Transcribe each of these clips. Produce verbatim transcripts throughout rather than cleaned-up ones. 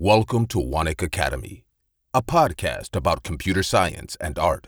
Welcome to Wanik Academy, a podcast about computer science and art.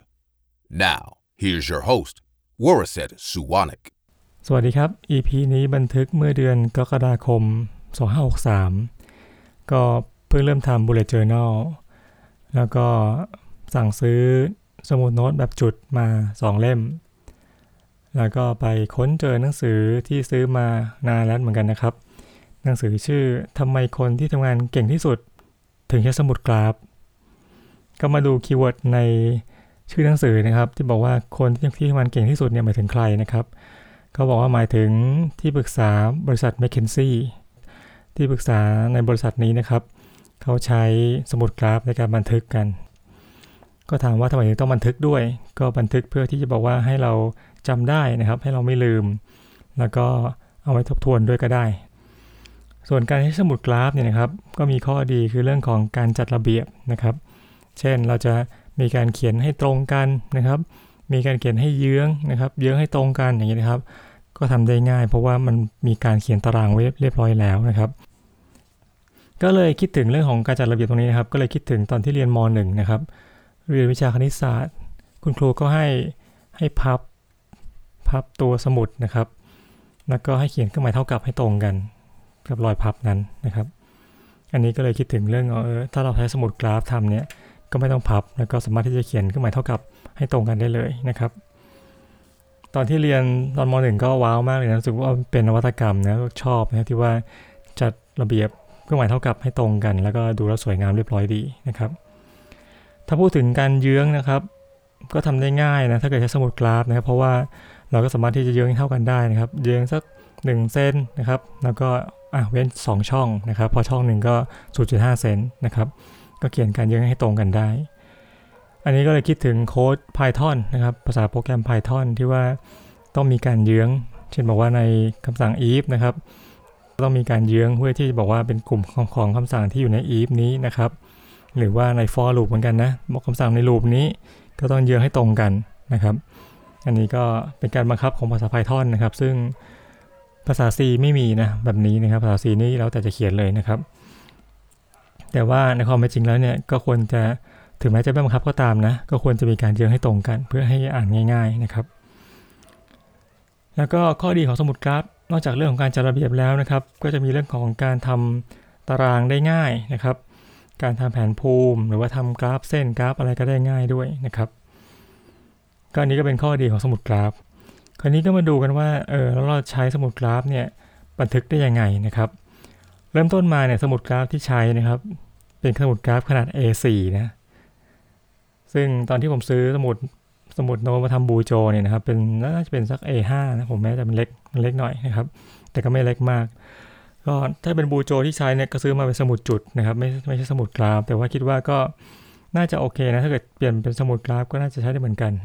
Now, here's your host, Waraset Suwanik. สวัสดีครับ อี พี นี้บันทึกเมื่อเดือนกรกฎาคมสองพันห้าร้อยหกสิบสามก็เพิ่งเริ่มทำ Bullet Journal แล้วก็สั่งซื้อสมุดโน้ตแบบจุดมาสองเล่มแล้วก็ไปค้นเจอหนังสือที่ซื้อมานานแล้วเหมือนกันนะครับหนังสือชื่อทำไมคนที่ทำงานเก่งที่สุดถึงใช้สมุดกราฟก็มาดูคีย์เวิร์ดในชื่อหนังสือนะครับที่บอกว่าคนที่ทำงานเก่งที่สุดเนี่ยหมายถึงใครนะครับก็บอกว่าหมายถึงที่ปรึกษาบริษัท McKinsey ที่ปรึกษาในบริษัทนี้นะครับเขาใช้สมุดกราฟในการบันทึกกันก็ถามว่าทำไมถึงต้องบันทึกด้วยก็บันทึกเพื่อที่จะบอกว่าให้เราจำได้นะครับให้เราไม่ลืมแล้วก็เอาไว้ทบทวนด้วยก็ได้ส่วนการใช้สมุดกราฟเนี่ยนะครับก็มีข้อดีคือเรื่องของการจัดระเบียบนะครับเช่นเราจะมีการเขียนให้ตรงกันนะครับมีการเขียนให้เยื้องนะครับเยื้องให้ตรงกันอย่างนี้นะครับก็ทำได้ง่ายเพราะว่ามันมีการเขียนตารางไว้เรียบร้อยแล้วนะครับก็เลยคิดถึงเรื่องของการจัดระเบียบตรงนี้นะครับก็เลยคิดถึงตอนที่เรียนม.หนึ่ง นะครับเรียนวิชาคณิตศาสตร์คุณครูก็ให้ให้พับพับตัวสมุดนะครับแล้วก็ให้เขียนเครื่องหมายเท่ากับให้ตรงกันกับรอยพับนั้นนะครับอันนี้ก็เลยคิดถึงเรื่องเออถ้าเราใช้สมุดกราฟทำเนี่ยก็ไม่ต้องพับแล้วก็สามารถที่จะเขียนเครื่องหมายเท่ากับให้ตรงกันได้เลยนะครับตอนที่เรียนตอนม.หนึ่ง ก็ว้าวมากเลยนะรู้สึกว่าเป็นนวัตกรรมนะชอบนะที่ว่าจัดระเบียบเครื่องหมายเท่ากับให้ตรงกันแล้วก็ดูแล้วสวยงามเรียบร้อยดีนะครับถ้าพูดถึงการเยื้องนะครับก็ทำได้ง่ายนะถ้าเกิดใช้สมุดกราฟนะครับเพราะว่าเราก็สามารถที่จะเยื้องให้เท่ากันได้นะครับเยื้องสักหนึ่งเซนนะครับแล้วก็อ่ะเว้นสองช่องนะครับพอช่องหนึ่งก็ ศูนย์จุดห้า เซนนะครับก็เขียนการเยื้องให้ตรงกันได้อันนี้ก็เลยคิดถึงโค้ด Python นะครับภาษาโปรแกรม Python ที่ว่าต้องมีการเยื้องเช่นบอกว่าในคำสั่ง if นะครับต้องมีการเยื้องเพื่อที่จะบอกว่าเป็นกลุ่มของของคำสั่งที่อยู่ใน if นี้นะครับหรือว่าใน for loop เหมือนกันนะบอกคำสั่งใน loop นี้ก็ต้องเยื้องให้ตรงกันนะครับอันนี้ก็เป็นการบังคับของภาษา Python นะครับซึ่งภาษา C ไม่มีนะแบบนี้นะครับภาษา C นี่แล้วแต่จะเขียนเลยนะครับแต่ว่าในความเป็นจริงแล้วเนี่ยก็ควรจะถึงแม้จะไม่บังคับก็ตามนะก็ควรจะมีการเยื้องให้ตรงกันเพื่อให้อ่านง่ายๆนะครับแล้วก็ข้อดีของสมุดกราฟนอกจากเรื่องของการจัดระเบียบแล้วนะครับก็จะมีเรื่องของการทำตารางได้ง่ายนะครับการทำแผนภูมิหรือว่าทำกราฟเส้นกราฟอะไรก็ได้ง่ายด้วยนะครับก็อันนี้ก็เป็นข้อดีของสมุดกราฟคราวนี้ก็มาดูกันว่าเออแล้วเราใช้สมุดกราฟเนี่ยบันทึกได้ยังไงนะครับเริ่มต้นมาเนี่ยสมุดกราฟที่ใช้นะครับเป็นสมุดกราฟขนาด เอ โฟร์ นะซึ่งตอนที่ผมซื้อสมุดสมุดโน้ตมาทำบูโจเนี่ยนะครับเป็นน่าจะเป็นสัก เอ ห้า นะผมแม้จะเป็นเล็กมันเล็กหน่อยนะครับแต่ก็ไม่เล็กมากก็ถ้าเป็นบูโจที่ใช้เนี่ยก็ซื้อมาเป็นสมุดจุดนะครับไม่ไม่ใช่สมุดกราฟแต่ว่าคิดว่าก็น่าจะโอเคนะถ้าเกิดเปลี่ยนเป็นสมุดกราฟก็น่าจะใช้ได้เหมือนกัน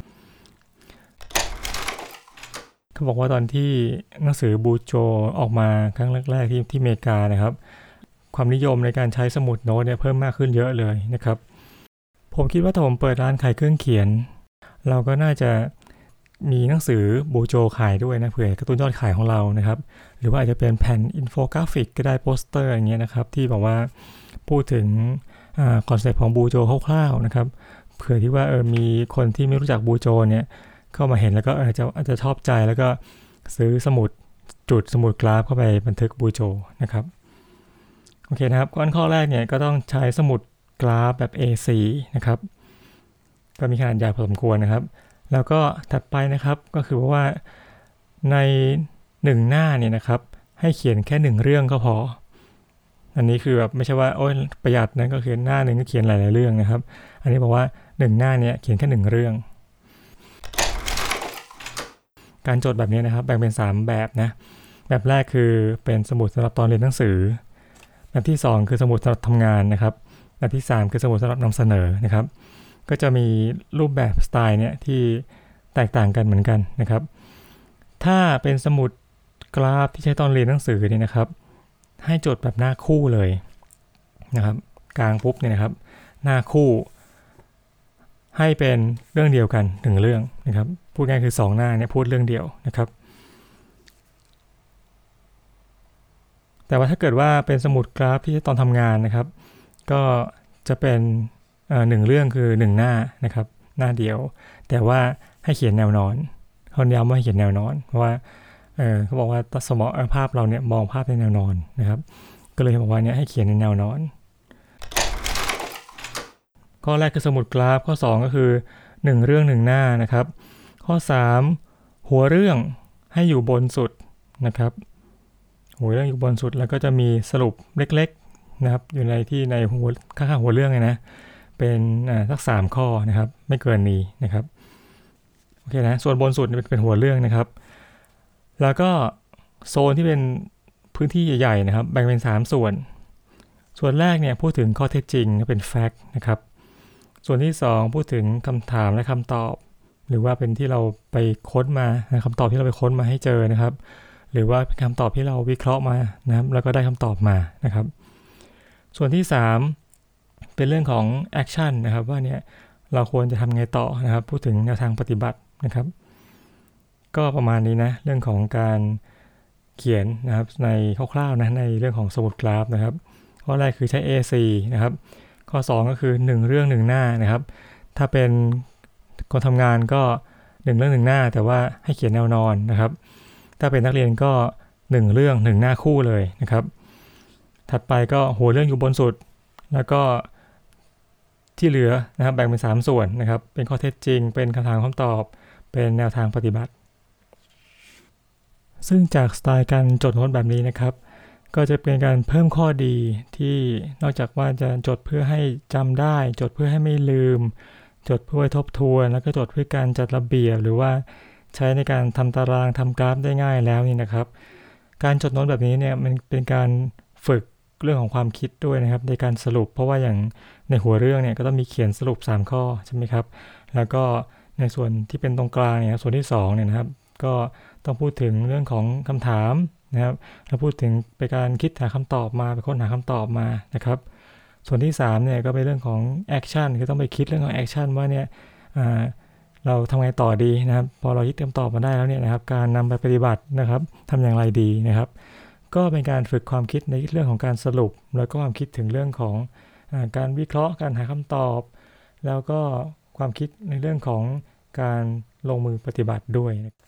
เขาบอกว่าตอนที่หนังสือบูโจออกมาครั้งแรกๆที่ที่อเมริกานะครับความนิยมในการใช้สมุดโน้ตเนี่ยเพิ่มมากขึ้นเยอะเลยนะครับผมคิดว่าถ้าผมเปิดร้านขายเครื่องเขียนเราก็น่าจะมีหนังสือบูโจขายด้วยนะเผื่อกระตุ้นยอดขายของเรานะครับหรือว่าอาจจะเป็นแผ่นอินโฟกราฟิกก็ได้โปสเตอร์อย่างเงี้ยนะครับที่บอกว่าพูดถึงอ่าคอนเซ็ปต์ของบูโจคร่าวๆนะครับเผื่อที่ว่าเออมีคนที่ไม่รู้จักบูโจเนี่ยเข้ามาเห็นแล้วก็อาจจะอาจจะชอบใจแล้วก็ซื้อสมุดจุดสมุดกราฟเข้าไปบันทึกบูโจนะครับโอเคนะครับก้อนข้อแรกเนี่ยก็ต้องใช้สมุดกราฟแบบ เอ โฟร์ นะครับก็มีขนาดใหญ่พอสมควรนะครับแล้วก็ถัดไปนะครับก็คือว่าในหนึ่งหน้าเนี่ยนะครับให้เขียนแค่หนึ่งเรื่องก็พออันนี้คือแบบไม่ใช่ว่าโอ๊ยประหยัดนะก็เขียนหน้านึงก็เขียนหลายๆเรื่องนะครับอันนี้บอกว่าหนึ่งหน้าเนี่ยเขียนแค่หนึ่งเรื่องการจดแบบนี้นะครับแบ่งเป็นสามแบบนะแบบแรกคือเป็นสมุดสำหรับตอนเรียนหนังสือแบบที่สองคือสมุดสำหรับทำงานนะครับแบบที่สามคือสมุดสำหรับนำเสนอนะครับก็จะมีรูปแบบสไตล์เนี่ยที่แตกต่างกันเหมือนกันนะครับถ้าเป็นสมุดกราฟที่ใช้ตอนเรียนหนังสือเนี่ยนะครับให้จดแบบหน้าคู่เลยนะครับกลางปุ๊บเนี่ยนะครับหน้าคู่ให้เป็นเรื่องเดียวกันหนึ่งเรื่องนะครับพูดง่ายคือสองหน้าเนี่ยพูดเรื่องเดียวนะครับแต่ว่าถ้าเกิดว่าเป็นสมุดกราฟที่ใช้ตอนทำงานนะครับก็จะเป็นเอ่อหนึ่งเรื่องคือหนึ่งหน้านะครับหน้าเดียวแต่ว่าให้เขียนแนวนอนเขาย้ำว่าให้เขียนแนวนอนเพราะว่าเออเขาบอกว่าสมองภาพเราเนี่ยมองภาพในแนวนอนนะครับก็เลยบอกว่าเนี่ยให้เขียนในแนวนอนข้อแรกคือสมุดกราฟข้อสองก็คือหนึ่งเรื่องหนึ่งหน้านะครับข้อสามหัวเรื่องให้อยู่บนสุดนะครับหัวเรื่องอยู่บนสุดแล้วก็จะมีสรุปเล็กๆนะครับอยู่ในที่ในหัวข้างๆหัวเรื่องเลยนะเป็นอ่าสักสามข้อนะครับไม่เกินนี้นะครับโอเคนะส่วนบนสุดเป็นหัวเรื่องนะครับแล้วก็โซนที่เป็นพื้นที่ใหญ่ๆนะครับแบ่งเป็นสามส่วนส่วนแรกเนี่ยพูดถึงข้อเท็จจริงเป็นแฟกต์นะครับส่วนที่สองพูดถึงคำถามและคำตอบหรือว่าเป็นที่เราไปค้นมาคำตอบที่เราไปค้นมาให้เจอนะครับหรือว่าเป็นคำตอบที่เราวิเคราะห์มานะครับแล้วก็ได้คำตอบมานะครับส่วนที่สามเป็นเรื่องของแอคชั่นนะครับว่าเนี่ยเราควรจะทำไงต่อนะครับพูดถึงแนวทางปฏิบัตินะครับก็ประมาณนี้นะเรื่องของการเขียนนะครับในคร่าวๆนะในเรื่องของสมุดกราฟนะครับข้อแรกคือใช้ เอ โฟร์ นะครับข้อสองก็คือหนึ่งเรื่องหนึ่งหน้านะครับถ้าเป็นคนทำงานก็หนึ่งเรื่องหนึ่งหน้าแต่ว่าให้เขียนแนวนอนนะครับถ้าเป็นนักเรียนก็หนึ่งเรื่องหนึ่งหน้าคู่เลยนะครับถัดไปก็หัวเรื่องอยู่บนสุดแล้วก็ที่เหลือนะครับแบ่งเป็นสามส่วนนะครับเป็นข้อเท็จจริงเป็นคำถามคำตอบเป็นแนวทางปฏิบัติซึ่งจากสไตล์การจดโน้ตแบบนี้นะครับก็จะเป็นการเพิ่มข้อดีที่นอกจากว่าจะจดเพื่อให้จำได้จดเพื่อให้ไม่ลืมจดเพื่อทบทวนแล้วก็จดเพื่อการจัดระเบียบหรือว่าใช้ในการทำตารางทำกราฟได้ง่ายแล้วนี่นะครับการจดโน้ตแบบนี้เนี่ยมันเป็นการฝึกเรื่องของความคิดด้วยนะครับในการสรุปเพราะว่าอย่างในหัวเรื่องเนี่ยก็ต้องมีเขียนสรุปสามข้อใช่ไหมครับแล้วก็ในส่วนที่เป็นตรงกลางเนี่ยส่วนที่สองเนี่ยนะครับก็ต้องพูดถึงเรื่องของคำถามนะครับแล้วพูดถึงไปการคิดหาคำตอบมาไปค้นหาคำตอบมานะครับส่วนที่สามเนี่ยก็เป็นเรื่องของแอคชั่นคือต้องไปคิดเรื่องของแอคชั่นว่าเนี่ยเราทำไงต่อดีนะครับพอเราคิดคำตอบมาได้แล้วเนี่ยนะครับการนำไปปฏิบัตินะครับทำอย่างไรดีนะครับก็เป็นการฝึกความคิดในเรื่องของการสรุปแล้วก็ความคิดถึงเรื่องของอ่าการวิเคราะห์การหาคำตอบแล้วก็ความคิดในเรื่องของการลงมือปฏิบัติด้วย